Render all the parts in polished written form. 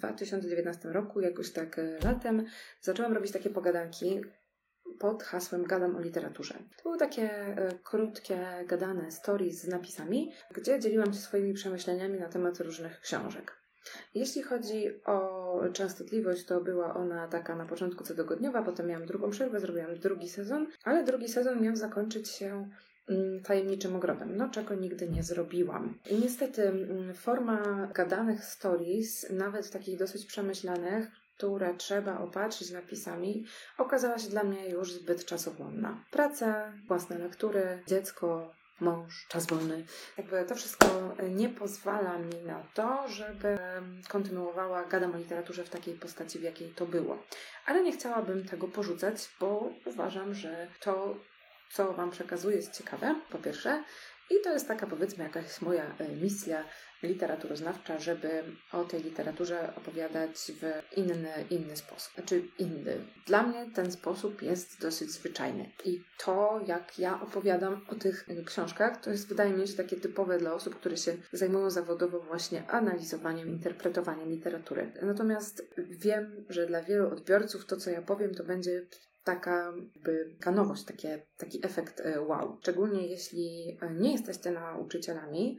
2019 roku, jakoś tak latem, zaczęłam robić takie pogadanki pod hasłem Gadam o literaturze. To były takie krótkie, gadane stories z napisami, gdzie dzieliłam się swoimi przemyśleniami na temat różnych książek. Jeśli chodzi o częstotliwość, to była ona taka na początku cotygodniowa, potem miałam drugą przerwę, zrobiłam drugi sezon, ale drugi sezon miał zakończyć się tajemniczym ogrodem, no czego nigdy nie zrobiłam. I niestety forma gadanych stories, nawet takich dosyć przemyślanych, które trzeba opatrzyć napisami, okazała się dla mnie już zbyt czasochłonna. Praca, własne lektury, dziecko, mąż, czas wolny. Jakby to wszystko nie pozwala mi na to, żeby kontynuowała Gadam o literaturze w takiej postaci, w jakiej to było. Ale nie chciałabym tego porzucać, bo uważam, że to, co Wam przekazuję, jest ciekawe, po pierwsze. I to jest taka, powiedzmy, jakaś moja misja literaturoznawcza, żeby o tej literaturze opowiadać w inny sposób. Znaczy inny. Dla mnie ten sposób jest dosyć zwyczajny. I to, jak ja opowiadam o tych książkach, to jest, wydaje mi się, takie typowe dla osób, które się zajmują zawodowo właśnie analizowaniem, interpretowaniem literatury. Natomiast wiem, że dla wielu odbiorców to, co ja powiem, to będzie taka nowość, taki efekt wow. Szczególnie jeśli nie jesteście nauczycielami,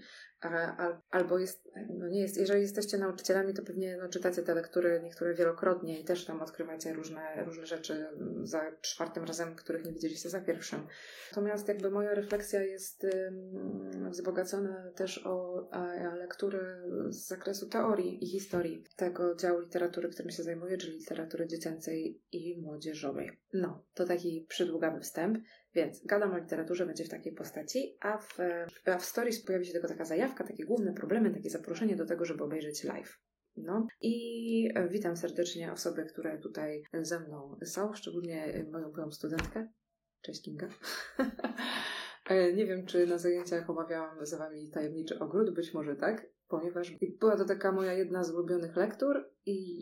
albo jeżeli jesteście nauczycielami, to pewnie czytacie te lektury niektóre wielokrotnie i też tam odkrywacie różne rzeczy za czwartym razem, których nie widzieliście za pierwszym. Natomiast jakby moja refleksja jest wzbogacona też o lektury z zakresu teorii i historii tego działu literatury, którym się zajmuję, czyli literatury dziecięcej i młodzieżowej. No, to taki przydługawy wstęp. Więc gadam o literaturze będzie w takiej postaci, a w stories pojawi się tylko taka zajawka, takie główne problemy, takie zaproszenie do tego, żeby obejrzeć live. No i witam serdecznie osoby, które tutaj ze mną są, szczególnie moją byłą studentkę. Cześć Kinga. Nie wiem, czy na zajęciach omawiałam z Wami Tajemniczy Ogród, być może tak, ponieważ była to taka moja jedna z ulubionych lektur i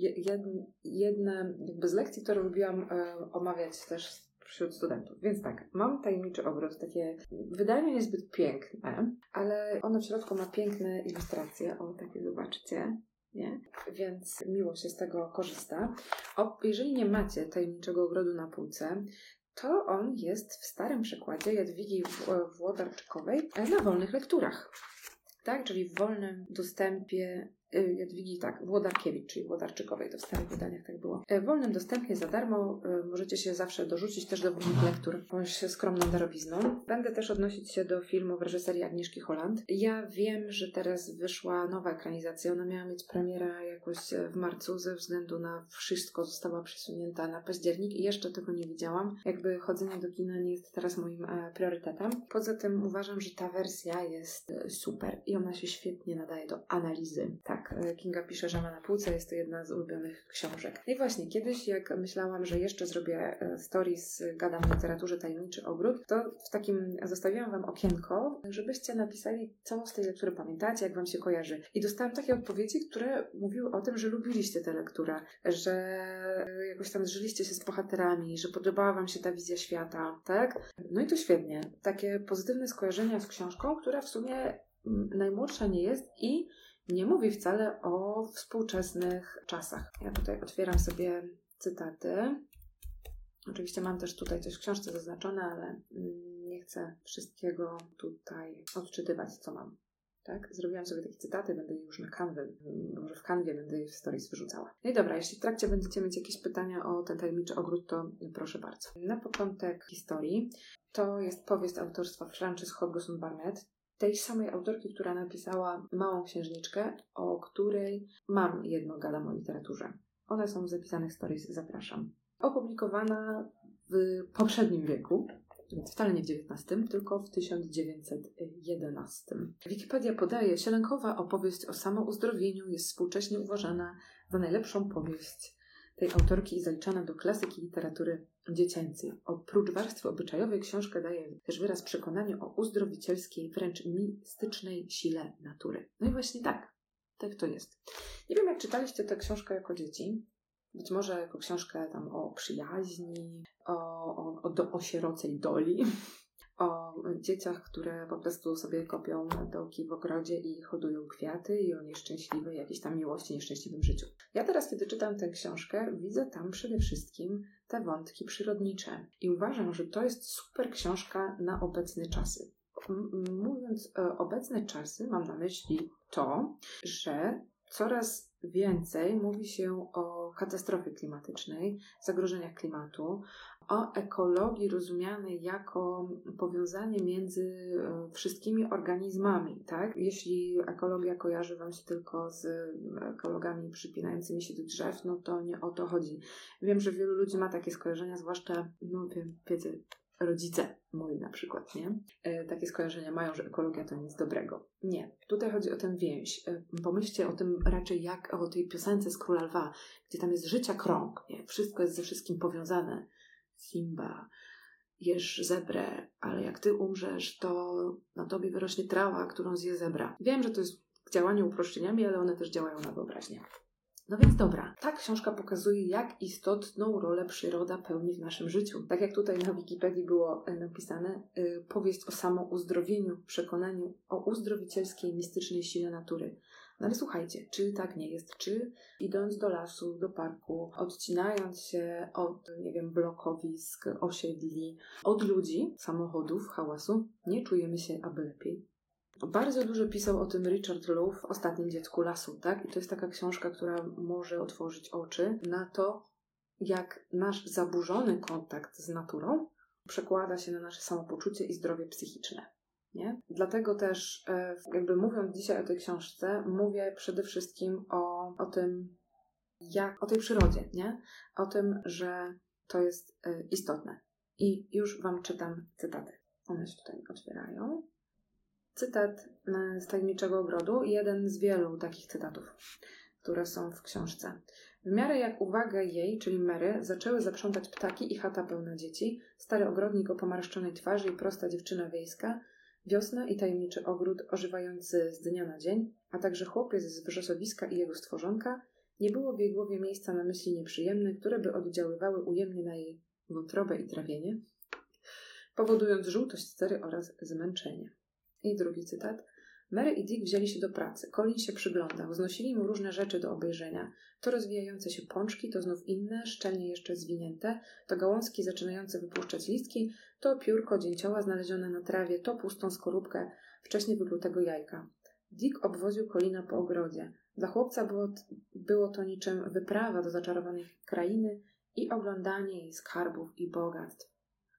jedna jakby z lekcji, które lubiłam omawiać też wśród studentów. Więc tak, mam Tajemniczy Ogród, takie wydanie niezbyt piękne, ale ono w środku ma piękne ilustracje. O, takie zobaczcie. Nie? Więc miło się z tego korzysta. Jeżeli nie macie Tajemniczego Ogrodu na półce, to on jest w starym przekładzie Jadwigi Włodarczykowej na wolnych lekturach. Tak? Czyli w wolnym dostępie Jadwigi, Włodarkiewicz, czyli Włodarczykowej, to w starych wydaniach tak było. W wolnym dostępnie za darmo możecie się zawsze dorzucić też do wolnych lektur, bądź skromną darowizną. Będę też odnosić się do filmu w reżyserii Agnieszki Holland. Ja wiem, że teraz wyszła nowa ekranizacja, ona miała mieć premierę jakoś w marcu, ze względu na wszystko została przesunięta na październik i jeszcze tego nie widziałam. Jakby chodzenie do kina nie jest teraz moim priorytetem. Poza tym uważam, że ta wersja jest super i ona się świetnie nadaje do analizy. Tak, Kinga pisze, że ma na półce, jest to jedna z ulubionych książek. No i właśnie, kiedyś jak myślałam, że jeszcze zrobię stories Gadam o literaturze Tajemniczy Ogród, to w takim zostawiłam Wam okienko, żebyście napisali, co z tej lektury pamiętacie, jak Wam się kojarzy. I dostałam takie odpowiedzi, które mówiły o tym, że lubiliście tę lekturę, że jakoś tam zżyliście się z bohaterami, że podobała Wam się ta wizja świata, tak? No i to świetnie. Takie pozytywne skojarzenia z książką, która w sumie najmłodsza nie jest i nie mówi wcale o współczesnych czasach. Ja tutaj otwieram sobie cytaty. Oczywiście mam też tutaj coś w książce zaznaczone, ale nie chcę wszystkiego tutaj odczytywać, co mam. Tak? Zrobiłam sobie takie cytaty, będę je już na Canwie, może w Canwie będę je w stories wyrzucała. No i dobra, jeśli w trakcie będziecie mieć jakieś pytania o ten Tajemniczy Ogród, to proszę bardzo. Na początek historii to jest powieść autorstwa Frances Hodgson Burnett, tej samej autorki, która napisała Małą Księżniczkę, o której mam jedno Gadam o literaturze. One są w zapisanych stories, zapraszam. Opublikowana w poprzednim wieku, więc wcale nie w XIX, tylko w 1911. Wikipedia podaje, sielankowa opowieść o samouzdrowieniu jest współcześnie uważana za najlepszą powieść tej autorki i zaliczana do klasyki literatury dziecięcej. Oprócz warstwy obyczajowej książka daje też wyraz przekonaniu o uzdrowicielskiej, wręcz mistycznej sile natury. No i właśnie tak to jest. Nie wiem, jak czytaliście tę książkę jako dzieci. Być może jako książkę tam o przyjaźni, o sierocej Doli, o dzieciach, które po prostu sobie kopią dołki w ogrodzie i hodują kwiaty i o nieszczęśliwej jakiejś tam miłości, nieszczęśliwym życiu. Ja teraz, kiedy czytam tę książkę, widzę tam przede wszystkim te wątki przyrodnicze i uważam, że to jest super książka na obecne czasy. Mówiąc obecne czasy, mam na myśli to, że coraz więcej mówi się o katastrofie klimatycznej, zagrożeniach klimatu, o ekologii rozumianej jako powiązanie między wszystkimi organizmami, tak? Jeśli ekologia kojarzy Wam się tylko z ekologami przypinającymi się do drzew, no to nie o to chodzi. Wiem, że wielu ludzi ma takie skojarzenia, zwłaszcza, wiecie, rodzice moi na przykład, nie? Takie skojarzenia mają, że ekologia to nic dobrego. Nie. Tutaj chodzi o tę więź. Pomyślcie o tym raczej jak o tej piosence z Króla Lwa, gdzie tam jest życia krąg, nie? Wszystko jest ze wszystkim powiązane. Simba, jesz zebrę, ale jak ty umrzesz, to na tobie wyrośnie trawa, którą zje zebra. Wiem, że to jest działanie uproszczeniami, ale one też działają na wyobraźnię. No więc dobra, ta książka pokazuje, jak istotną rolę przyroda pełni w naszym życiu. Tak jak tutaj na Wikipedii było napisane, powieść o samouzdrowieniu, przekonaniu o uzdrowicielskiej, mistycznej sile natury. No ale słuchajcie, czy tak nie jest? Czy idąc do lasu, do parku, odcinając się od, blokowisk, osiedli, od ludzi, samochodów, hałasu, nie czujemy się aby lepiej? Bardzo dużo pisał o tym Richard Louw w Ostatnim dziecku lasu, tak? I to jest taka książka, która może otworzyć oczy na to, jak nasz zaburzony kontakt z naturą przekłada się na nasze samopoczucie i zdrowie psychiczne, nie? Dlatego też, mówiąc dzisiaj o tej książce, mówię przede wszystkim o tym, o tej przyrodzie, nie? O tym, że to jest istotne. I już Wam czytam cytaty. One się tutaj otwierają. Cytat z Tajemniczego Ogrodu, jeden z wielu takich cytatów, które są w książce. W miarę jak uwagę jej, czyli Mary, zaczęły zaprzątać ptaki i chata pełna dzieci, stary ogrodnik o pomarszczonej twarzy i prosta dziewczyna wiejska, wiosna i tajemniczy ogród ożywający z dnia na dzień, a także chłopiec z wrzosowiska i jego stworzonka, nie było w jej głowie miejsca na myśli nieprzyjemne, które by oddziaływały ujemnie na jej wątrobę i trawienie, powodując żółtość cery oraz zmęczenie. I drugi cytat. Mary i Dick wzięli się do pracy. Colin się przyglądał. Znosili mu różne rzeczy do obejrzenia. To rozwijające się pączki, to znów inne, szczelnie jeszcze zwinięte, to gałązki zaczynające wypuszczać listki, to piórko dzięcioła znalezione na trawie, to pustą skorupkę wcześniej wyplutego jajka. Dick obwoził Colina po ogrodzie. Dla chłopca było to niczym wyprawa do zaczarowanej krainy i oglądanie jej skarbów i bogactw.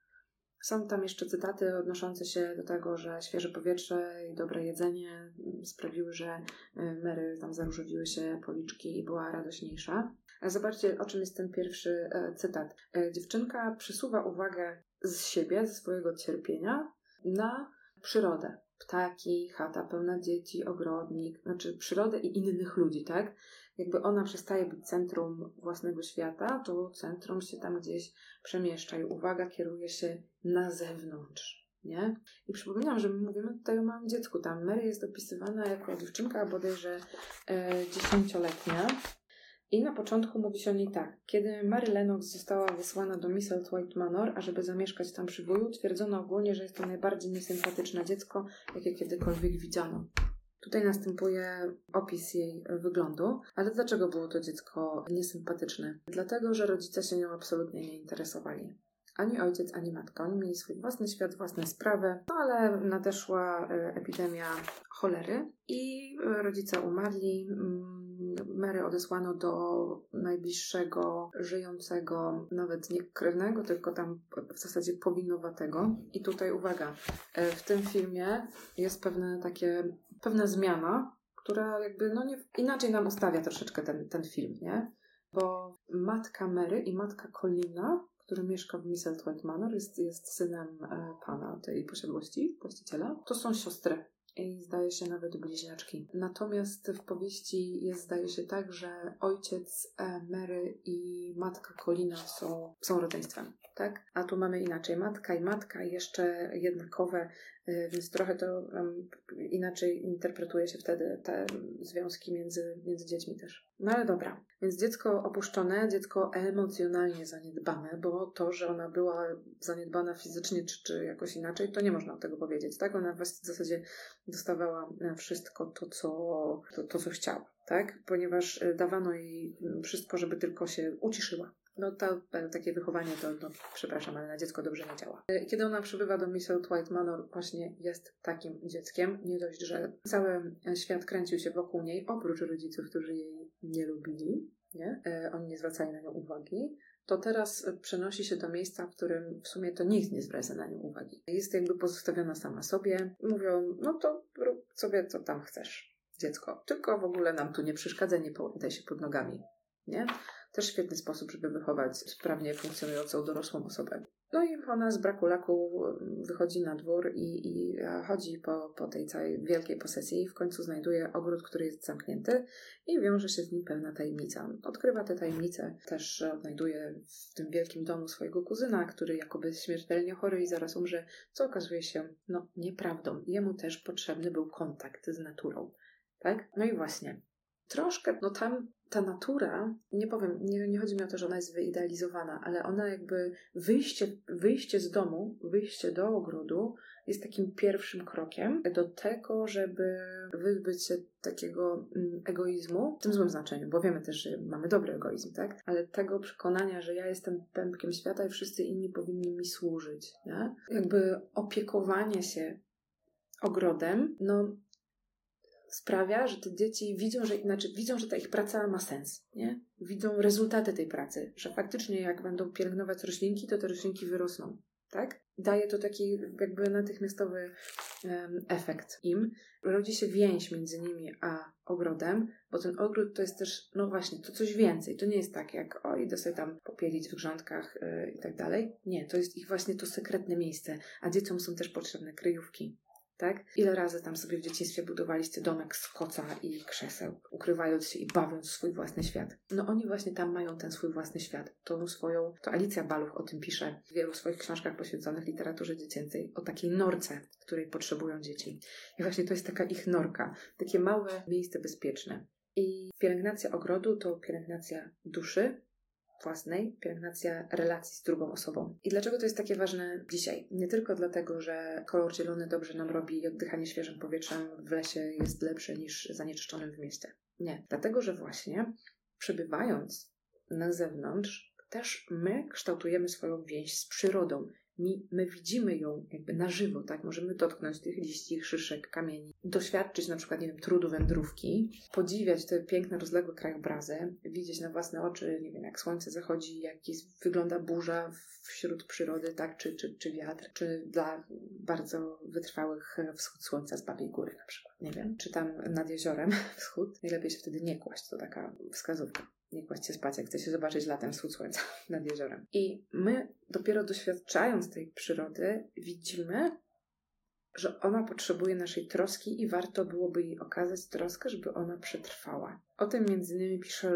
Są tam jeszcze cytaty odnoszące się do tego, że świeże powietrze i dobre jedzenie sprawiły, że Mary tam zaróżowiły się policzki i była radośniejsza. Zobaczcie, o czym jest ten pierwszy cytat. Dziewczynka przesuwa uwagę z siebie, ze swojego cierpienia na przyrodę. Ptaki, chata pełna dzieci, ogrodnik, znaczy przyrodę i innych ludzi, tak? Jakby ona przestaje być centrum własnego świata, to centrum się tam gdzieś przemieszcza i uwaga kieruje się na zewnątrz, nie? I przypominam, że my mówimy tutaj o małym dziecku. Tam Mary jest opisywana jako dziewczynka bodajże 10-letnia. I na początku mówi się o niej tak. Kiedy Mary Lennox została wysłana do Misselthwaite Manor, ażeby zamieszkać tam przy wuju, twierdzono ogólnie, że jest to najbardziej niesympatyczne dziecko, jakie kiedykolwiek widziano. Tutaj następuje opis jej wyglądu, ale dlaczego było to dziecko niesympatyczne? Dlatego, że rodzice się nią absolutnie nie interesowali. Ani ojciec, ani matka. Oni mieli swój własny świat, własne sprawy, ale nadeszła epidemia cholery i rodzice umarli. Mary odesłano do najbliższego, żyjącego, nawet nie krewnego, tylko tam w zasadzie powinowatego. I tutaj uwaga, w tym filmie jest pewna zmiana, która inaczej nam ustawia troszeczkę ten film, nie? Bo matka Mary i matka Colina, który mieszka w Misselthwaite Manor, jest synem pana tej posiadłości, właściciela. To są siostry. I zdaje się nawet bliźniaczki. Natomiast w powieści zdaje się tak, że ojciec Mary i matka Colina są rodzeństwem, tak? A tu mamy inaczej. Matka i matka jeszcze jednakowe, Więc trochę to inaczej interpretuje się wtedy te związki między dziećmi też. No ale dobra, więc dziecko opuszczone, dziecko emocjonalnie zaniedbane, bo to, że ona była zaniedbana fizycznie czy jakoś inaczej, to nie można tego powiedzieć, tak? Ona w zasadzie dostawała wszystko to, co chciała, tak? Ponieważ dawano jej wszystko, żeby tylko się uciszyła. No takie wychowanie to przepraszam, ale na dziecko dobrze nie działa. Kiedy ona przybywa do Misselthwaite Manor, właśnie jest takim dzieckiem. Nie dość, że cały świat kręcił się wokół niej, oprócz rodziców, którzy jej nie lubili, nie? Oni nie zwracali na nią uwagi, to teraz przenosi się do miejsca, w którym w sumie to nikt nie zwraca na nią uwagi. Jest jakby pozostawiona sama sobie. Mówią, no to rób sobie co tam chcesz, dziecko. Tylko w ogóle nam tu nie przeszkadza, nie połączaj się pod nogami, nie? Też świetny sposób, żeby wychować sprawnie funkcjonującą dorosłą osobę. No i ona z braku laku wychodzi na dwór i chodzi po tej całej wielkiej posesji i w końcu znajduje ogród, który jest zamknięty i wiąże się z nim pewna tajemnica. Odkrywa tę tajemnicę, też odnajduje w tym wielkim domu swojego kuzyna, który jakoby jest śmiertelnie chory i zaraz umrze, co okazuje się nieprawdą. Jemu też potrzebny był kontakt z naturą. Tak? No i właśnie. Troszkę, tam ta natura, nie powiem, nie chodzi mi o to, że ona jest wyidealizowana, ale ona jakby wyjście z domu, wyjście do ogrodu jest takim pierwszym krokiem do tego, żeby wyzbyć się takiego egoizmu, w tym złym znaczeniu, bo wiemy też, że mamy dobry egoizm, tak? Ale tego przekonania, że ja jestem pępkiem świata i wszyscy inni powinni mi służyć, nie? Jakby opiekowanie się ogrodem, sprawia, że te dzieci widzą, że ta ich praca ma sens, nie? Widzą rezultaty tej pracy, że faktycznie jak będą pielęgnować roślinki, to te roślinki wyrosną, tak? Daje to taki jakby natychmiastowy efekt im. Rodzi się więź między nimi a ogrodem, bo ten ogród to jest też, właśnie, to coś więcej. To nie jest tak jak, idę sobie tam popielić w grządkach i tak dalej. Nie, to jest ich właśnie to sekretne miejsce, a dzieciom są też potrzebne kryjówki. Tak? Ile razy tam sobie w dzieciństwie budowaliście domek z koca i krzeseł, ukrywając się i bawiąc swój własny świat. Oni właśnie tam mają ten swój własny świat. To Alicja Baluch o tym pisze w wielu swoich książkach poświęconych literaturze dziecięcej, o takiej norce, której potrzebują dzieci. I właśnie to jest taka ich norka, takie małe miejsce bezpieczne. I pielęgnacja ogrodu to pielęgnacja duszy własnej, pielęgnacja relacji z drugą osobą. I dlaczego to jest takie ważne dzisiaj? Nie tylko dlatego, że kolor zielony dobrze nam robi i oddychanie świeżym powietrzem w lesie jest lepsze niż zanieczyszczonym w mieście. Nie. Dlatego, że właśnie przebywając na zewnątrz, też my kształtujemy swoją więź z przyrodą. My widzimy ją jakby na żywo, tak? Możemy dotknąć tych liści, szyszek, kamieni, doświadczyć na przykład, trudu wędrówki, podziwiać te piękne, rozległe krajobrazy, widzieć na własne oczy, jak słońce zachodzi, wygląda burza wśród przyrody, tak? Czy wiatr, czy dla bardzo wytrwałych wschód słońca z Babiej Góry na przykład, czy tam nad jeziorem wschód. Najlepiej się wtedy nie kłaść, to taka wskazówka. Nie kłaść się spać, jak chce się zobaczyć latem wschód słońca nad jeziorem. I my dopiero doświadczając tej przyrody widzimy, że ona potrzebuje naszej troski i warto byłoby jej okazać troskę, żeby ona przetrwała. O tym między innymi pisze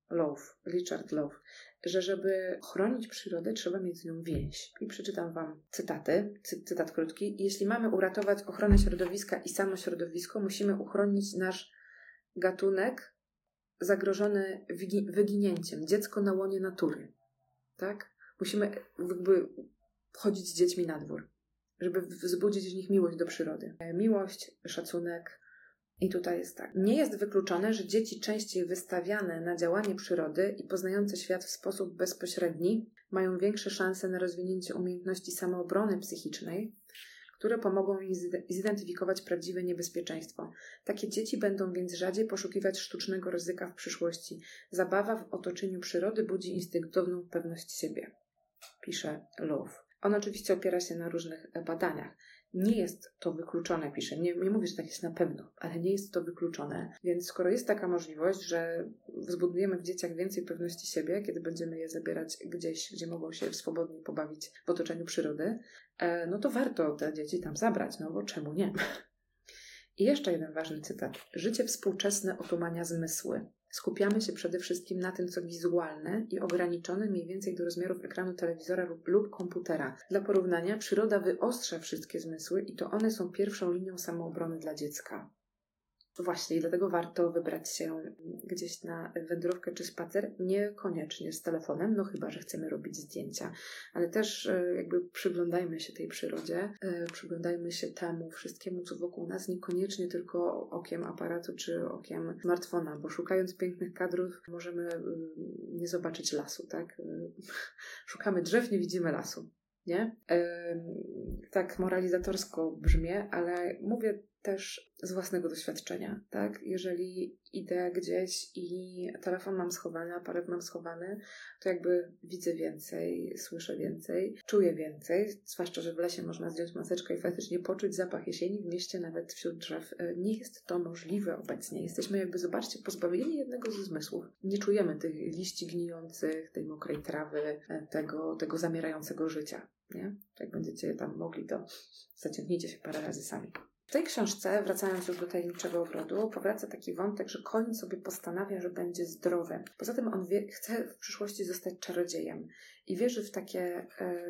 Richard Louv, że żeby chronić przyrodę, trzeba mieć z nią więź. I przeczytam Wam cytat krótki. Jeśli mamy uratować ochronę środowiska i samo środowisko, musimy uchronić nasz gatunek zagrożone wyginięciem, dziecko na łonie natury. Tak? Musimy jakby chodzić z dziećmi na dwór, żeby wzbudzić w nich miłość do przyrody. Miłość, szacunek. I tutaj jest tak. Nie jest wykluczone, że dzieci częściej wystawiane na działanie przyrody i poznające świat w sposób bezpośredni mają większe szanse na rozwinięcie umiejętności samoobrony psychicznej, które pomogą im zidentyfikować prawdziwe niebezpieczeństwo. Takie dzieci będą więc rzadziej poszukiwać sztucznego ryzyka w przyszłości. Zabawa w otoczeniu przyrody budzi instynktowną pewność siebie, pisze Louv. On oczywiście opiera się na różnych badaniach. Nie jest to wykluczone, pisze. Nie mówię, że tak jest na pewno, ale nie jest to wykluczone. Więc skoro jest taka możliwość, że wzbudujemy w dzieciach więcej pewności siebie, kiedy będziemy je zabierać gdzieś, gdzie mogą się swobodnie pobawić w otoczeniu przyrody, to warto te dzieci tam zabrać, bo czemu nie? I jeszcze jeden ważny cytat. Życie współczesne otumania zmysły. Skupiamy się przede wszystkim na tym, co wizualne i ograniczone mniej więcej do rozmiarów ekranu telewizora lub komputera. Dla porównania, przyroda wyostrza wszystkie zmysły i to one są pierwszą linią samoobrony dla dziecka. Właśnie, i dlatego warto wybrać się gdzieś na wędrówkę czy spacer, niekoniecznie z telefonem, no chyba że chcemy robić zdjęcia, ale też jakby przyglądajmy się tej przyrodzie, przyglądajmy się temu wszystkiemu, co wokół nas, niekoniecznie tylko okiem aparatu czy okiem smartfona, bo szukając pięknych kadrów możemy nie zobaczyć lasu, tak? Szukamy drzew, nie widzimy lasu, nie? Tak moralizatorsko brzmię, ale mówię też z własnego doświadczenia, tak? Jeżeli idę gdzieś i telefon mam schowany, aparat mam schowany, to jakby widzę więcej, słyszę więcej, czuję więcej, zwłaszcza, że w lesie można zdjąć maseczkę i faktycznie poczuć zapach jesieni, w mieście nawet wśród drzew. Nie jest to możliwe obecnie. Jesteśmy jakby, zobaczcie, pozbawieni jednego ze zmysłów. Nie czujemy tych liści gnijących, tej mokrej trawy, tego zamierającego życia, nie? Jak będziecie tam mogli, to zaciągnijcie się parę razy sami. W tej książce, wracając już do tajemniczego ogrodu, powraca taki wątek, że Colin sobie postanawia, że będzie zdrowy. Poza tym on chce w przyszłości zostać czarodziejem i wierzy w takie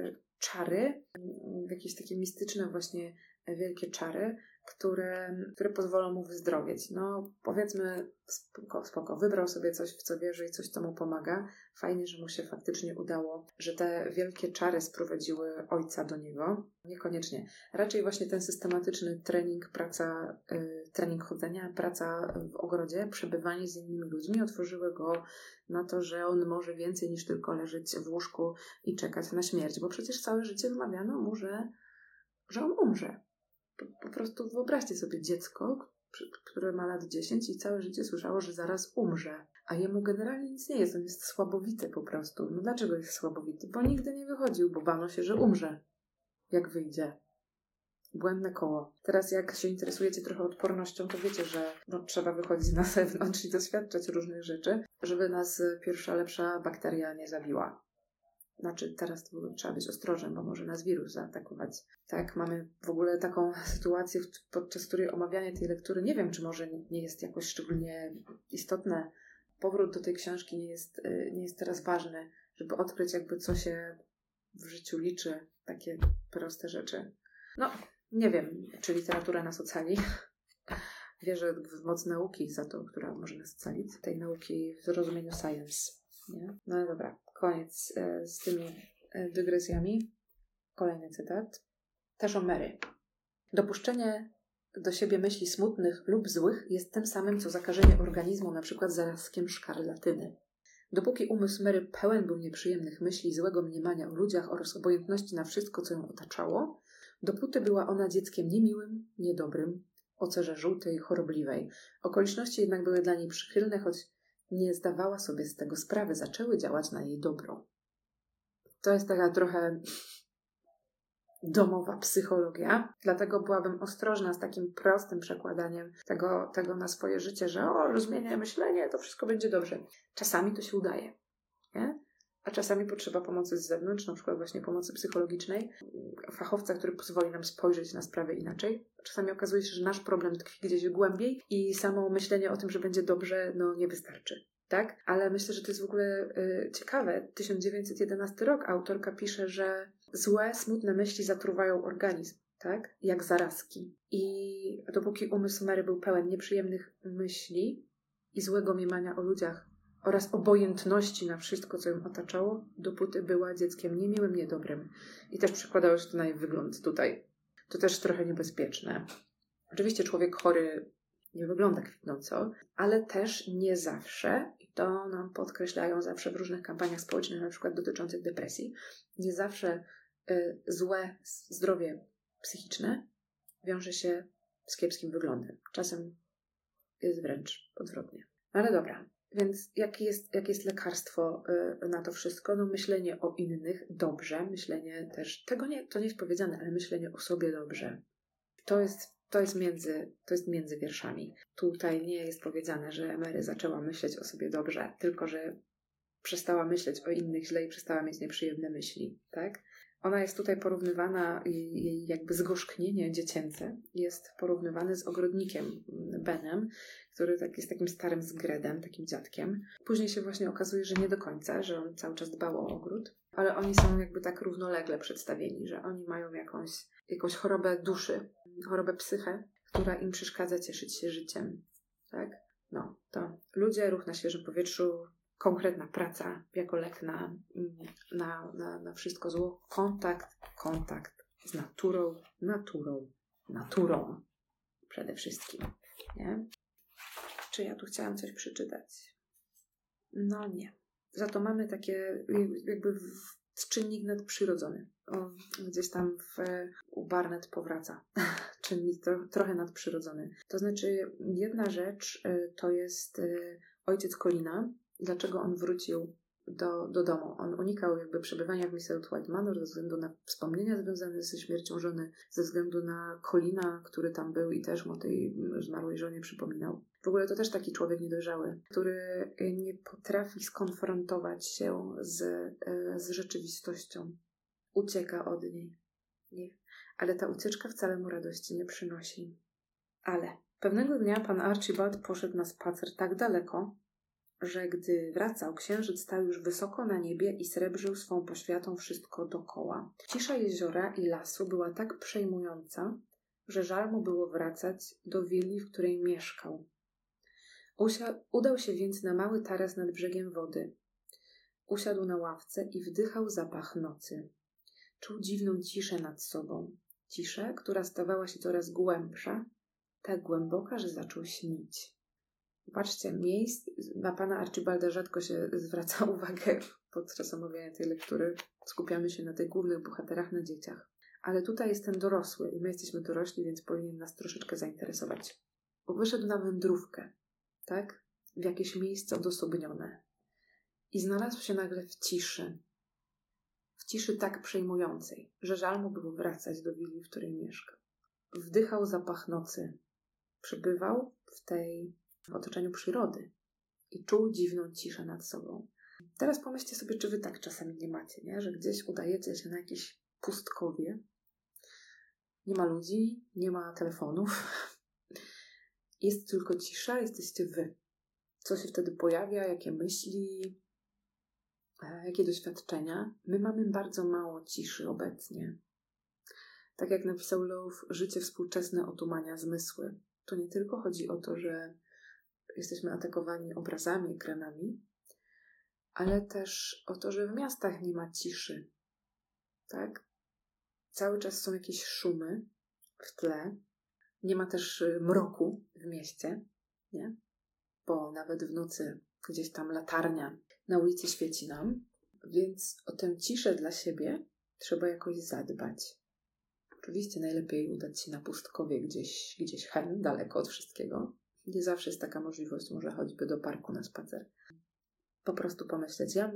czary, w jakieś takie mistyczne właśnie wielkie czary, które pozwolą mu wyzdrowieć. No powiedzmy spoko, wybrał sobie coś, w co wierzy i coś, co mu pomaga. Fajnie, że mu się faktycznie udało, że te wielkie czary sprowadziły ojca do niego. Niekoniecznie. Raczej właśnie ten systematyczny trening, trening chodzenia, praca w ogrodzie, przebywanie z innymi ludźmi otworzyły go na to, że on może więcej niż tylko leżeć w łóżku i czekać na śmierć, bo przecież całe życie wmawiano mu, że on umrze. Po prostu wyobraźcie sobie dziecko, które ma lat 10 i całe życie słyszało, że zaraz umrze. A jemu generalnie nic nie jest, on jest słabowity po prostu. No dlaczego jest słabowity? Bo nigdy nie wychodził, bo bano się, że umrze. Jak wyjdzie. Błędne koło. Teraz jak się interesujecie trochę odpornością, to wiecie, że trzeba wychodzić na zewnątrz i doświadczać różnych rzeczy, żeby nas pierwsza, lepsza bakteria nie zabiła. Znaczy, teraz to trzeba być ostrożnym, bo może nas wirus zaatakować. Tak, mamy w ogóle taką sytuację, podczas której omawianie tej lektury, nie wiem, czy może nie jest jakoś szczególnie istotne. Powrót do tej książki nie jest teraz ważny, żeby odkryć jakby co się w życiu liczy, takie proste rzeczy. No, nie wiem, czy literatura nas ocali. Wierzę w moc nauki za to, która może nas ocalić. Tej nauki w zrozumieniu science. Nie? No dobra, koniec z tymi dygresjami. Kolejny cytat. Też o Mary. Dopuszczenie do siebie myśli smutnych lub złych jest tym samym, co zakażenie organizmu, na przykład zarazkiem szkarlatyny. Dopóki umysł Mary pełen był nieprzyjemnych myśli, złego mniemania o ludziach oraz obojętności na wszystko, co ją otaczało, dopóty była ona dzieckiem niemiłym, niedobrym, o cerze żółtej, chorobliwej. Okoliczności jednak były dla niej przychylne, choć nie zdawała sobie z tego sprawy, zaczęły działać na jej dobro. To jest taka trochę domowa psychologia, dlatego byłabym ostrożna z takim prostym przekładaniem tego na swoje życie, że zmienię myślenie, to wszystko będzie dobrze. Czasami to się udaje, nie? A czasami potrzeba pomocy z zewnątrz, na przykład właśnie pomocy psychologicznej, fachowca, który pozwoli nam spojrzeć na sprawę inaczej. Czasami okazuje się, że nasz problem tkwi gdzieś głębiej i samo myślenie o tym, że będzie dobrze, nie wystarczy. Tak? Ale myślę, że to jest w ogóle ciekawe. 1911 rok autorka pisze, że złe, smutne myśli zatruwają organizm, tak? Jak zarazki. I dopóki umysł Mary był pełen nieprzyjemnych myśli i złego mniemania o ludziach oraz obojętności na wszystko, co ją otaczało, dopóty była dzieckiem niemiłym, niedobrym. I też przekładało się to na jej wygląd tutaj. To też trochę niebezpieczne. Oczywiście człowiek chory nie wygląda kwitnąco, ale też nie zawsze, i to nam podkreślają zawsze w różnych kampaniach społecznych, na przykład dotyczących depresji, nie zawsze złe zdrowie psychiczne wiąże się z kiepskim wyglądem. Czasem jest wręcz odwrotnie. Ale dobra, więc jakie jest lekarstwo na to wszystko? Myślenie o innych dobrze, myślenie też, to nie jest powiedziane, ale myślenie o sobie dobrze. To jest między wierszami. Tutaj nie jest powiedziane, że Mary zaczęła myśleć o sobie dobrze, tylko że przestała myśleć o innych źle i przestała mieć nieprzyjemne myśli, tak? Ona jest tutaj porównywana, jej jakby zgorzknienie dziecięce jest porównywane z ogrodnikiem Benem, który jest takim starym zgredem, takim dziadkiem. Później się właśnie okazuje, że nie do końca, że on cały czas dbał o ogród, ale oni są jakby tak równolegle przedstawieni, że oni mają jakąś chorobę duszy, chorobę psychę, która im przeszkadza cieszyć się życiem. Tak? No, to ludzie, ruch na świeżym powietrzu, konkretna praca jako lek na wszystko zło. Kontakt z naturą przede wszystkim. Nie? Czy ja tu chciałam coś przeczytać? No nie. Za to mamy takie jakby czynnik nadprzyrodzony. Gdzieś tam u Barnett powraca czynnik trochę nadprzyrodzony. To znaczy jedna rzecz to jest ojciec Colina. Dlaczego on wrócił do domu? On unikał jakby przebywania w Mrs. White Manor ze względu na wspomnienia związane ze śmiercią żony, ze względu na Colina, który tam był i też mu tej zmarłej żonie przypominał. W ogóle to też taki człowiek niedojrzały, który nie potrafi skonfrontować się z rzeczywistością. Ucieka od niej. Ale ta ucieczka wcale mu radości nie przynosi. Ale pewnego dnia pan Archibald poszedł na spacer tak daleko, że gdy wracał, księżyc stał już wysoko na niebie i srebrzył swą poświatą wszystko dokoła. Cisza jeziora i lasu była tak przejmująca, że żal mu było wracać do willi, w której mieszkał. Udał się więc na mały taras nad brzegiem wody. Usiadł na ławce i wdychał zapach nocy. Czuł dziwną ciszę nad sobą. Ciszę, która stawała się coraz głębsza, tak głęboka, że zaczął śnić. Patrzcie, na pana Archibalda rzadko się zwraca uwagę podczas omawiania tej lektury. Skupiamy się na tych głównych bohaterach, na dzieciach. Ale tutaj jest ten dorosły i my jesteśmy dorośli, więc powinien nas troszeczkę zainteresować. Wyszedł na wędrówkę, tak? W jakieś miejsce odosobnione. I znalazł się nagle w ciszy. W ciszy tak przejmującej, że żal mu było wracać do willi, w której mieszkał. Wdychał zapach nocy. Przebywał w otoczeniu przyrody i czuł dziwną ciszę nad sobą. Teraz pomyślcie sobie, czy wy tak czasami nie macie, nie? Że gdzieś udajecie się na jakieś pustkowie, nie ma ludzi, nie ma telefonów, jest tylko cisza, jesteście wy. Co się wtedy pojawia, jakie myśli, jakie doświadczenia. My mamy bardzo mało ciszy obecnie. Tak jak napisał Love, życie współczesne otumania zmysły. To nie tylko chodzi o to, że jesteśmy atakowani obrazami, ekranami, ale też o to, że w miastach nie ma ciszy. Tak? Cały czas są jakieś szumy w tle. Nie ma też mroku w mieście, nie? Bo nawet w nocy gdzieś tam latarnia na ulicy świeci nam, więc o tę ciszę dla siebie trzeba jakoś zadbać. Oczywiście najlepiej udać się na pustkowie gdzieś daleko od wszystkiego. Nie zawsze jest taka możliwość, może choćby do parku na spacer. Po prostu pomyśleć. Ja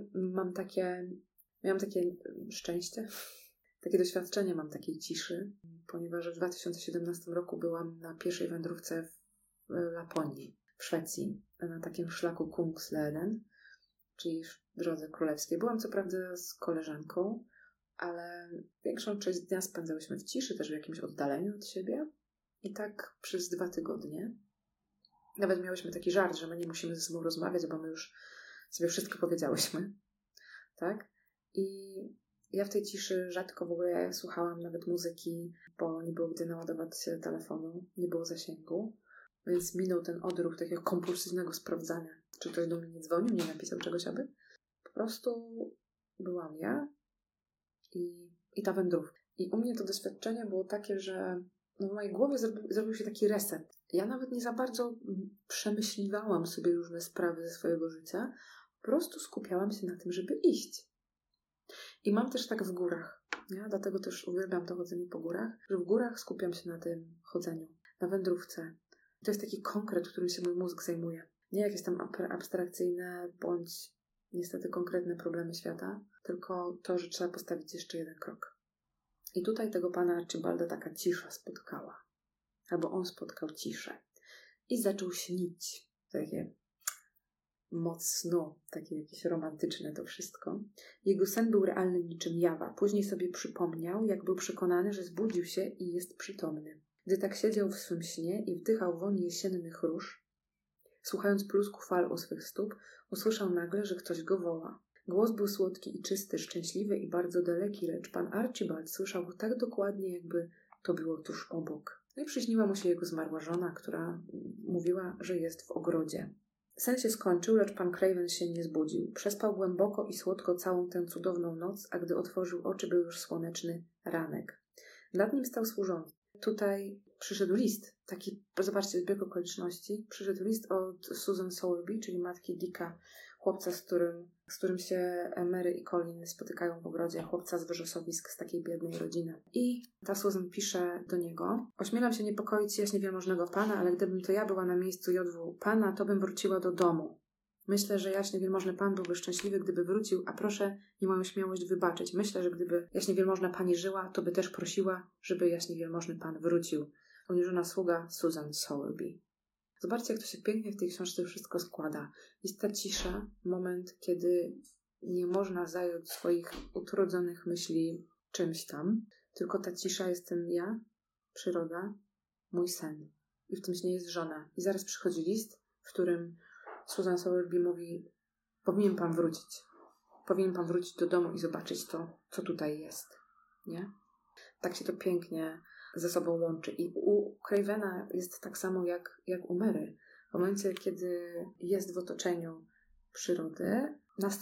miałam takie szczęście, takie doświadczenie mam takiej ciszy, ponieważ w 2017 roku byłam na pierwszej wędrówce w Laponii, w Szwecji, na takim szlaku Kungsleden, czyli w drodze królewskiej. Byłam co prawda z koleżanką, ale większą część dnia spędzałyśmy w ciszy, też w jakimś oddaleniu od siebie. I tak przez 2 tygodnie. Nawet miałyśmy taki żart, że my nie musimy ze sobą rozmawiać, bo my już sobie wszystko powiedziałyśmy. Tak? I ja w tej ciszy rzadko w ogóle słuchałam nawet muzyki, bo nie było gdzie naładować telefonu, nie było zasięgu. Więc minął ten odruch takiego kompulsywnego sprawdzania. Czy ktoś do mnie nie dzwonił, nie napisał czegoś aby. Po prostu byłam ja i ta wędrówka. I u mnie to doświadczenie było takie, że w mojej głowie zrobił się taki reset. Ja nawet nie za bardzo przemyśliwałam sobie różne sprawy ze swojego życia. Po prostu skupiałam się na tym, żeby iść. I mam też tak w górach. Nie? Dlatego też uwielbiam to chodzenie po górach, że w górach skupiam się na tym chodzeniu, na wędrówce. To jest taki konkret, którym się mój mózg zajmuje. Nie jakieś tam abstrakcyjne bądź niestety konkretne problemy świata, tylko to, że trzeba postawić jeszcze jeden krok. I tutaj tego pana Archibalda taka cisza spotkała. Albo on spotkał ciszę. I zaczął śnić. Takie moc snu, takie jakieś romantyczne to wszystko. Jego sen był realny niczym jawa. Później sobie przypomniał, jak był przekonany, że zbudził się i jest przytomny. Gdy tak siedział w swym śnie i wdychał woń jesiennych róż, słuchając plusku fal u swych stóp, usłyszał nagle, że ktoś go woła. Głos był słodki i czysty, szczęśliwy i bardzo daleki, lecz pan Archibald słyszał go tak dokładnie, jakby to było tuż obok. No i przyśniła mu się jego zmarła żona, która mówiła, że jest w ogrodzie. Sen się skończył, lecz pan Craven się nie zbudził. Przespał głęboko i słodko całą tę cudowną noc, a gdy otworzył oczy, był już słoneczny ranek. Nad nim stał służący. Tutaj przyszedł list, taki, zobaczcie, zbieg okoliczności. Przyszedł list od Susan Sowerby, czyli matki Dicka, chłopca, z którym się Mary i Colin spotykają w ogrodzie, chłopca z wyrzosowisk, z takiej biednej rodziny. I ta Susan pisze do niego: ośmielam się niepokoić jaśnie wielmożnego pana, ale gdybym to ja była na miejscu jodwu pana, to bym wróciła do domu. Myślę, że jaśnie wielmożny pan byłby szczęśliwy, gdyby wrócił, a proszę mi moją śmiałość wybaczyć. Myślę, że gdyby jaśnie wielmożna pani żyła, to by też prosiła, żeby jaśnie wielmożny pan wrócił. Uniżona sługa Susan Sowerby. Zobaczcie, jak to się pięknie w tej książce wszystko składa. Jest ta cisza, moment, kiedy nie można zająć swoich utrudzonych myśli czymś tam, tylko ta cisza jestem ja, przyroda, mój sen. I w tym śnie jest żona. I zaraz przychodzi list, w którym Susan Sowerby mówi: powinien pan wrócić. Powinien pan wrócić do domu i zobaczyć to, co tutaj jest. Nie? Tak się to pięknie ze sobą łączy. I u Cravena jest tak samo jak u Mary. W momencie, kiedy jest w otoczeniu przyrody,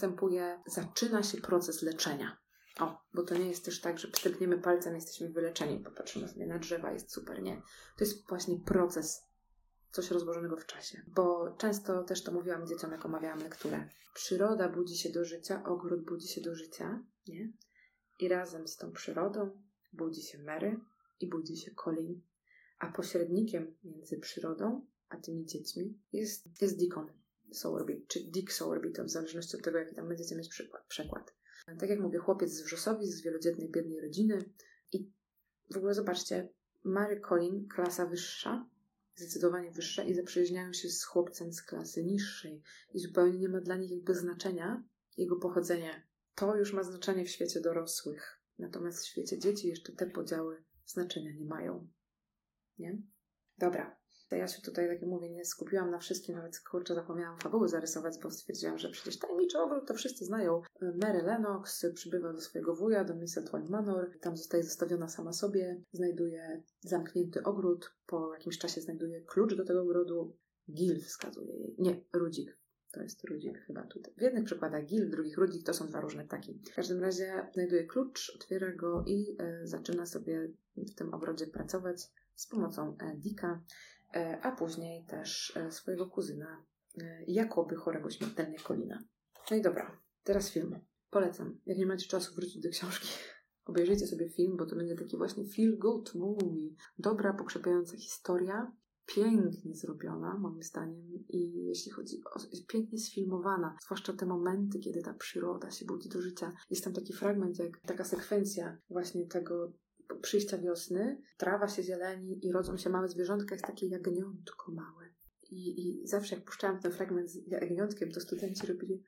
zaczyna się proces leczenia. Bo to nie jest też tak, że pstrykniemy palcem, jesteśmy wyleczeni, popatrzymy sobie na drzewa, jest super, nie. To jest właśnie proces, coś rozłożonego w czasie. Bo często też to mówiłam dzieciom, jak omawiałam lekturę. Przyroda budzi się do życia, ogród budzi się do życia, nie? I razem z tą przyrodą budzi się Mary i budzi się Colin. A pośrednikiem między przyrodą a tymi dziećmi jest Deacon Sowerby, czy Dick Sowerby, to w zależności od tego, jaki tam będziecie mieć przekład. Tak jak mówię, chłopiec z wrzosowisk, z wielodzietnej, biednej rodziny. I w ogóle zobaczcie, Mary, Colin, klasa wyższa, zdecydowanie wyższa, i zaprzyjaźniają się z chłopcem z klasy niższej. I zupełnie nie ma dla nich jakby znaczenia jego pochodzenie. To już ma znaczenie w świecie dorosłych. Natomiast w świecie dzieci jeszcze te podziały znaczenia nie mają. Nie? Dobra. Ja się tutaj, tak jak mówię, nie skupiłam na wszystkim, nawet zapomniałam fabuły zarysować, bo stwierdziłam, że przecież tajemniczy ogród to wszyscy znają. Mary Lennox przybywa do swojego wuja, do Misselthwaite Manor, tam zostaje zostawiona sama sobie, znajduje zamknięty ogród, po jakimś czasie znajduje klucz do tego ogrodu, Gil wskazuje jej, nie, Rudzik. To jest Rudzik chyba tutaj. W jednych przykładach Gil, w drugich Rudzik, to są dwa różne ptaki. W każdym razie znajduje klucz, otwiera go i zaczyna sobie w tym ogrodzie pracować z pomocą Dicka, a później też swojego kuzyna, jakoby chorego śmiertelnie Colina. No i dobra, teraz film. Polecam. Jak nie macie czasu wrócić do książki, obejrzyjcie sobie film, bo to będzie taki właśnie feel good movie. Dobra, pokrzepiająca historia, pięknie zrobiona, moim zdaniem, i jeśli chodzi o... pięknie sfilmowana, zwłaszcza te momenty, kiedy ta przyroda się budzi do życia. Jest tam taki fragment, jak taka sekwencja właśnie tego przyjścia wiosny, trawa się zieleni i rodzą się małe zwierzątka, jest takie jagniątko małe. I zawsze jak puszczałam ten fragment z jagniątkiem, to studenci robili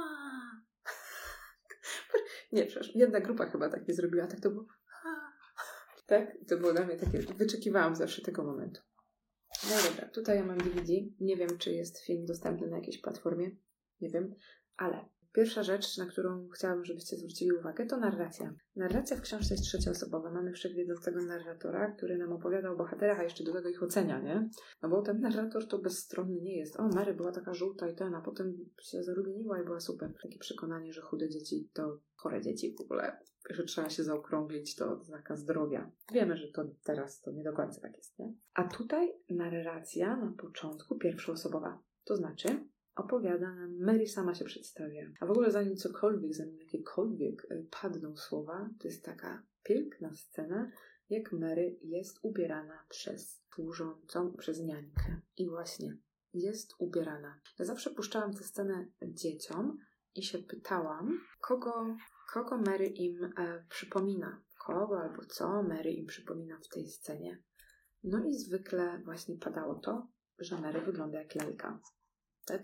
Nie, przepraszam, jedna grupa chyba tak nie zrobiła, tak to było tak? To było dla mnie takie, wyczekiwałam zawsze tego momentu. No dobra, tutaj ja mam DVD, nie wiem, czy jest film dostępny na jakiejś platformie, nie wiem, ale pierwsza rzecz, na którą chciałabym, żebyście zwrócili uwagę, to narracja. Narracja w książce jest trzecioosobowa. Mamy wszechwiedzącego narratora, który nam opowiada o bohaterach, a jeszcze do tego ich ocenia, nie? No bo ten narrator to bezstronny nie jest. O, Mary była taka żółta i a potem się zarumieniła i była super. Takie przekonanie, że chude dzieci to chore dzieci w ogóle. Że trzeba się zaokrąglić, to znaka zdrowia. Wiemy, że to teraz to nie do końca tak jest, nie? A tutaj narracja na początku pierwszoosobowa. To znaczy opowiada nam, Mary sama się przedstawia. A w ogóle zanim jakiekolwiek padną słowa, to jest taka piękna scena, jak Mary jest ubierana przez służącą, przez niańkę. I właśnie jest ubierana. Ja zawsze puszczałam tę scenę dzieciom i się pytałam, kogo Mary im przypomina. Kogo albo co Mary im przypomina w tej scenie. No i zwykle właśnie padało to, że Mary wygląda jak lalka. Tak?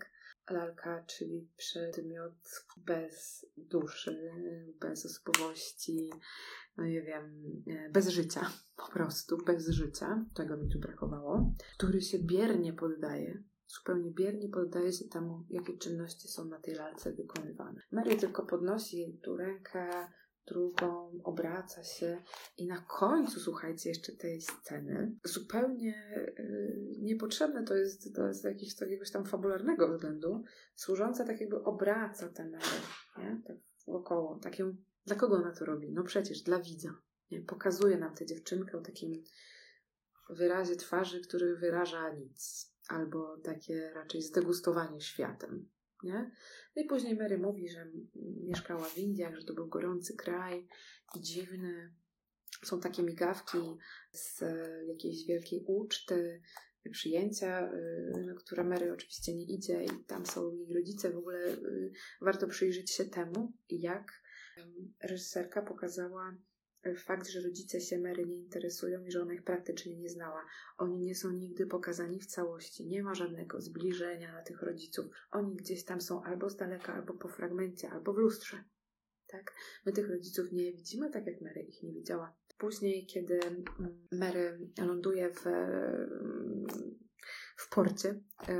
lalka, czyli przedmiot bez duszy, bez osobowości, no nie wiem, bez życia, po prostu bez życia, tego mi tu brakowało, który się biernie poddaje, zupełnie biernie poddaje się temu, jakie czynności są na tej lalce wykonywane. Mary tylko podnosi tu rękę, drugą, obraca się i na końcu, słuchajcie, jeszcze tej sceny, zupełnie niepotrzebne to jest z jakiegoś tam fabularnego względu, służące tak jakby obraca tę Mary, nie? Tak wokoło. Taką, dla kogo ona to robi? No przecież dla widza. Nie? Pokazuje nam tę dziewczynkę o takim wyrazie twarzy, który wyraża nic. Albo takie raczej zdegustowanie światem. Nie? No i później Mary mówi, że mieszkała w Indiach, że to był gorący kraj i dziwny. Są takie migawki z jakiejś wielkiej uczty, przyjęcia, na które Mary oczywiście nie idzie i tam są jej rodzice. W ogóle warto przyjrzeć się temu, jak reżyserka pokazała fakt, że rodzice się Mary nie interesują i że ona ich praktycznie nie znała. Oni nie są nigdy pokazani w całości. Nie ma żadnego zbliżenia na tych rodziców. Oni gdzieś tam są albo z daleka, albo po fragmencie, albo w lustrze. Tak? My tych rodziców nie widzimy, tak jak Mary ich nie widziała. Później, kiedy Mary ląduje w porcie,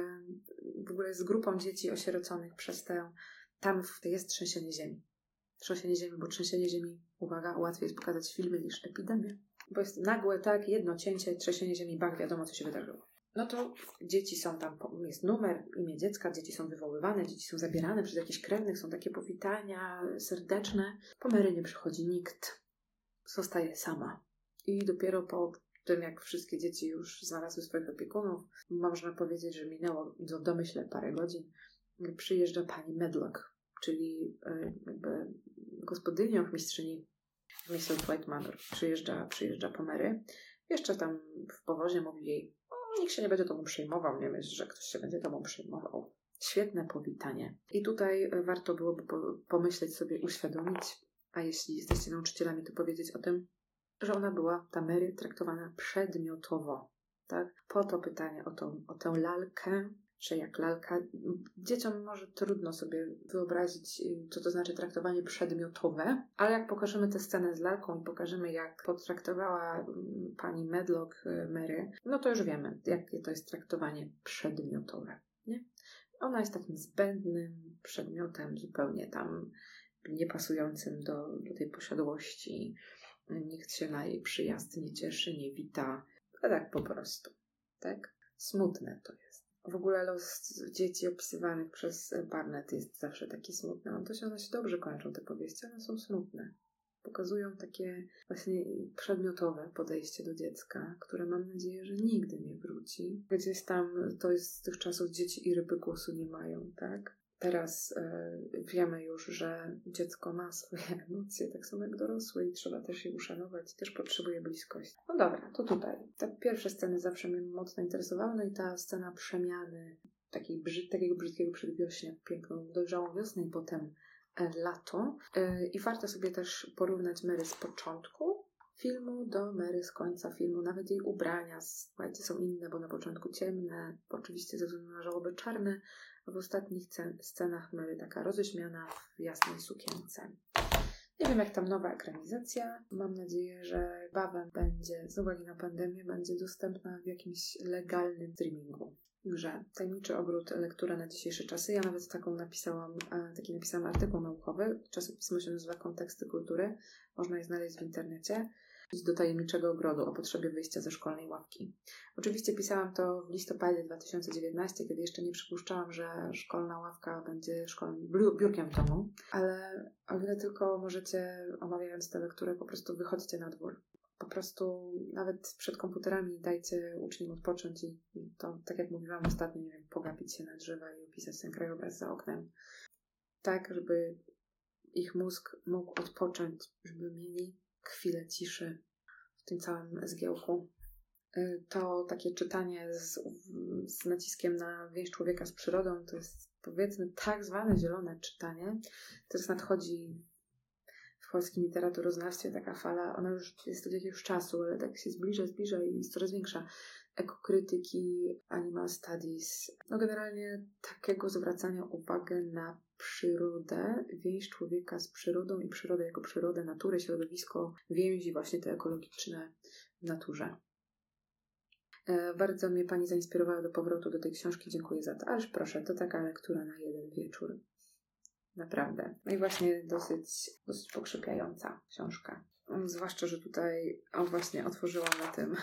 w ogóle z grupą dzieci osieroconych przez tę, tam jest trzęsienie ziemi. Trzęsienie ziemi, bo trzęsienie ziemi, uwaga, łatwiej jest pokazać filmy niż epidemię. Bo jest nagłe, tak, jedno cięcie, trzęsienie ziemi, bach, wiadomo, co się wydarzyło. No to dzieci są tam, jest numer, imię dziecka, dzieci są wywoływane, dzieci są zabierane przez jakichś krewnych, są takie powitania serdeczne. Po Mary nie przychodzi nikt. Zostaje sama. I dopiero po tym, jak wszystkie dzieci już znalazły swoich opiekunów, można powiedzieć, że minęło, domyślę, parę godzin, przyjeżdża pani Medlock, czyli jakby gospodyni, ochmistrzyni Mrs. White Mother. Przyjeżdża po Mary. Jeszcze tam w powozie mówi jej, nikt się nie będzie tobą przejmował, nie myśl, że ktoś się będzie tobą przejmował. Świetne powitanie. I tutaj warto byłoby pomyśleć sobie, uświadomić, a jeśli jesteście nauczycielami, to powiedzieć o tym, że ona była, ta Mary, traktowana przedmiotowo. Tak? Po to pytanie o tę lalkę, czy jak lalka. Dzieciom może trudno sobie wyobrazić, co to znaczy traktowanie przedmiotowe, ale jak pokażemy tę scenę z lalką i pokażemy, jak potraktowała pani Medlock Mary, no to już wiemy, jakie to jest traktowanie przedmiotowe. Nie? Ona jest takim zbędnym przedmiotem, zupełnie tam niepasującym do tej posiadłości. Nikt się na jej przyjazd nie cieszy, nie wita, a tak po prostu. Tak? Smutne to jest. W ogóle los dzieci opisywanych przez Barnett jest zawsze taki smutny. One się dobrze kończą, te powieści, one są smutne. Pokazują takie właśnie przedmiotowe podejście do dziecka, które mam nadzieję, że nigdy nie wróci. Gdzieś tam to jest z tych czasów, dzieci i ryby głosu nie mają, tak? Teraz wiemy już, że dziecko ma swoje emocje, tak samo jak dorosłe i trzeba też je uszanować, też potrzebuje bliskości. No dobra, to tutaj. Te pierwsze sceny zawsze mnie mocno interesowały, no i ta scena przemiany takiego brzydkiego przedwiośnia w piękną, dojrzałą wiosnę i potem lato. I warto sobie też porównać Mary z początku filmu do Mary z końca filmu. Nawet jej ubrania, słuchajcie, są inne, bo na początku ciemne, oczywiście ze względu na żałobę czarne, a w ostatnich scenach Mary taka roześmiana w jasnej sukience. Nie wiem, jak tam nowa ekranizacja. Mam nadzieję, że niebawem będzie, z uwagi na pandemię, będzie dostępna w jakimś legalnym streamingu. Grze Tajemniczy Ogród, lektura na dzisiejsze czasy. Ja nawet taki napisałam artykuł naukowy. Czasopismo się nazywa Konteksty kultury. Można je znaleźć w internecie. Do Tajemniczego Ogrodu o potrzebie wyjścia ze szkolnej ławki. Oczywiście pisałam to w listopadzie 2019, kiedy jeszcze nie przypuszczałam, że szkolna ławka będzie szkolnym biurkiem w domu, ale o ile tylko możecie, omawiając tę lekturę, po prostu wychodźcie na dwór. Po prostu nawet przed komputerami dajcie uczniom odpocząć i to, tak jak mówiłam ostatnio, nie wiem, pogapić się na drzewa i opisać ten krajobraz za oknem. Tak, żeby ich mózg mógł odpocząć, żeby mieli chwilę ciszy w tym całym zgiełku. To takie czytanie z naciskiem na więź człowieka z przyrodą, to jest, powiedzmy, tak zwane zielone czytanie. Teraz nadchodzi w polskim literaturoznawstwie taka fala, ona już jest od jakiegoś czasu, ale tak się zbliża i jest coraz większa. Ekokrytyki, animal studies, no generalnie takiego zwracania uwagi na przyrodę, więź człowieka z przyrodą i przyrodę jako przyrodę, naturę, środowisko, więzi właśnie te ekologiczne w naturze. Bardzo mnie Pani zainspirowała do powrotu do tej książki, dziękuję za to. Ależ proszę, to taka lektura na jeden wieczór. Naprawdę. No i właśnie dosyć pokrzepiająca książka. Zwłaszcza, że tutaj, właśnie otworzyłam na tym.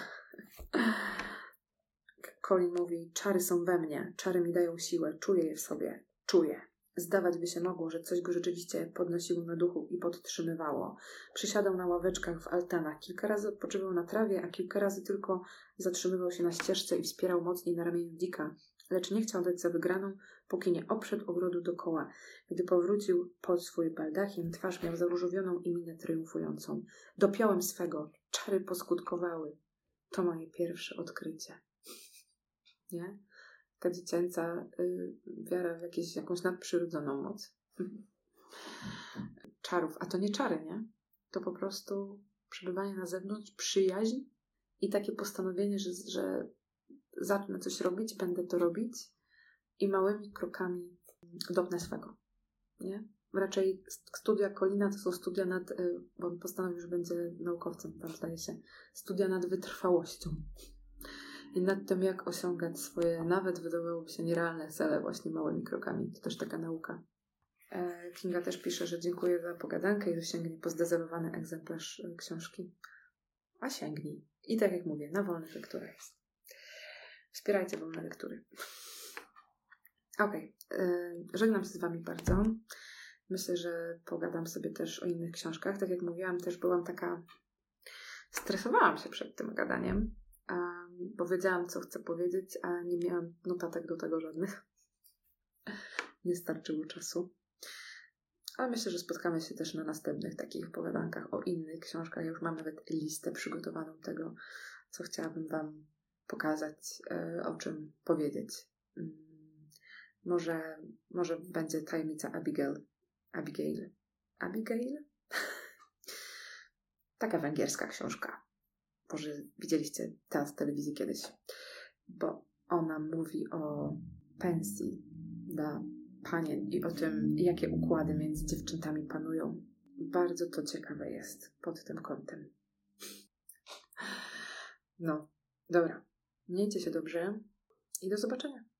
Colin mówi, czary są we mnie, czary mi dają siłę, czuję je w sobie, czuję. Zdawać by się mogło, że coś go rzeczywiście podnosiło na duchu i podtrzymywało. Przysiadał na ławeczkach w altanach, kilka razy odpoczywał na trawie, a kilka razy tylko zatrzymywał się na ścieżce i wspierał mocniej na ramieniu Dicka, lecz nie chciał dać za wygraną, póki nie obszedł ogrodu dokoła. Gdy powrócił pod swój baldachim, twarz miał zaróżowioną i minę triumfującą. Dopiąłem swego, czary poskutkowały. To moje pierwsze odkrycie. Nie? Taka dziecięca wiara w jakąś nadprzyrodzoną moc. Czarów. A to nie czary, nie? To po prostu przebywanie na zewnątrz, przyjaźń i takie postanowienie, że zacznę coś robić, będę to robić i małymi krokami dopnę swego. Nie? Raczej studia Colina to są studia bo on postanowił, że będzie naukowcem, tam zdaje się, studia nad wytrwałością. I nad tym, jak osiągać swoje, nawet wydawałoby się nierealne cele właśnie małymi krokami. To też taka nauka. Kinga też pisze, że dziękuję za pogadankę i że sięgnie po zdezerowany egzemplarz książki. A sięgnij. I tak jak mówię, na wolnych lekturach jest. Wspierajcie wolne lektury. Okej. Żegnam się z Wami bardzo. Myślę, że pogadam sobie też o innych książkach. Tak jak mówiłam, też byłam taka... Stresowałam się przed tym gadaniem, bo wiedziałam, co chcę powiedzieć, a nie miałam notatek do tego żadnych. Nie starczyło czasu. Ale myślę, że spotkamy się też na następnych takich opowiadankach o innych książkach. Ja już mam nawet listę przygotowaną tego, co chciałabym Wam pokazać, o czym powiedzieć. Może będzie tajemnica Abigail? Taka węgierska książka. Może widzieliście teatr telewizji kiedyś. Bo ona mówi o pensji dla panien i o tym, jakie układy między dziewczętami panują. Bardzo to ciekawe jest pod tym kątem. No, dobra. Miejcie się dobrze i do zobaczenia.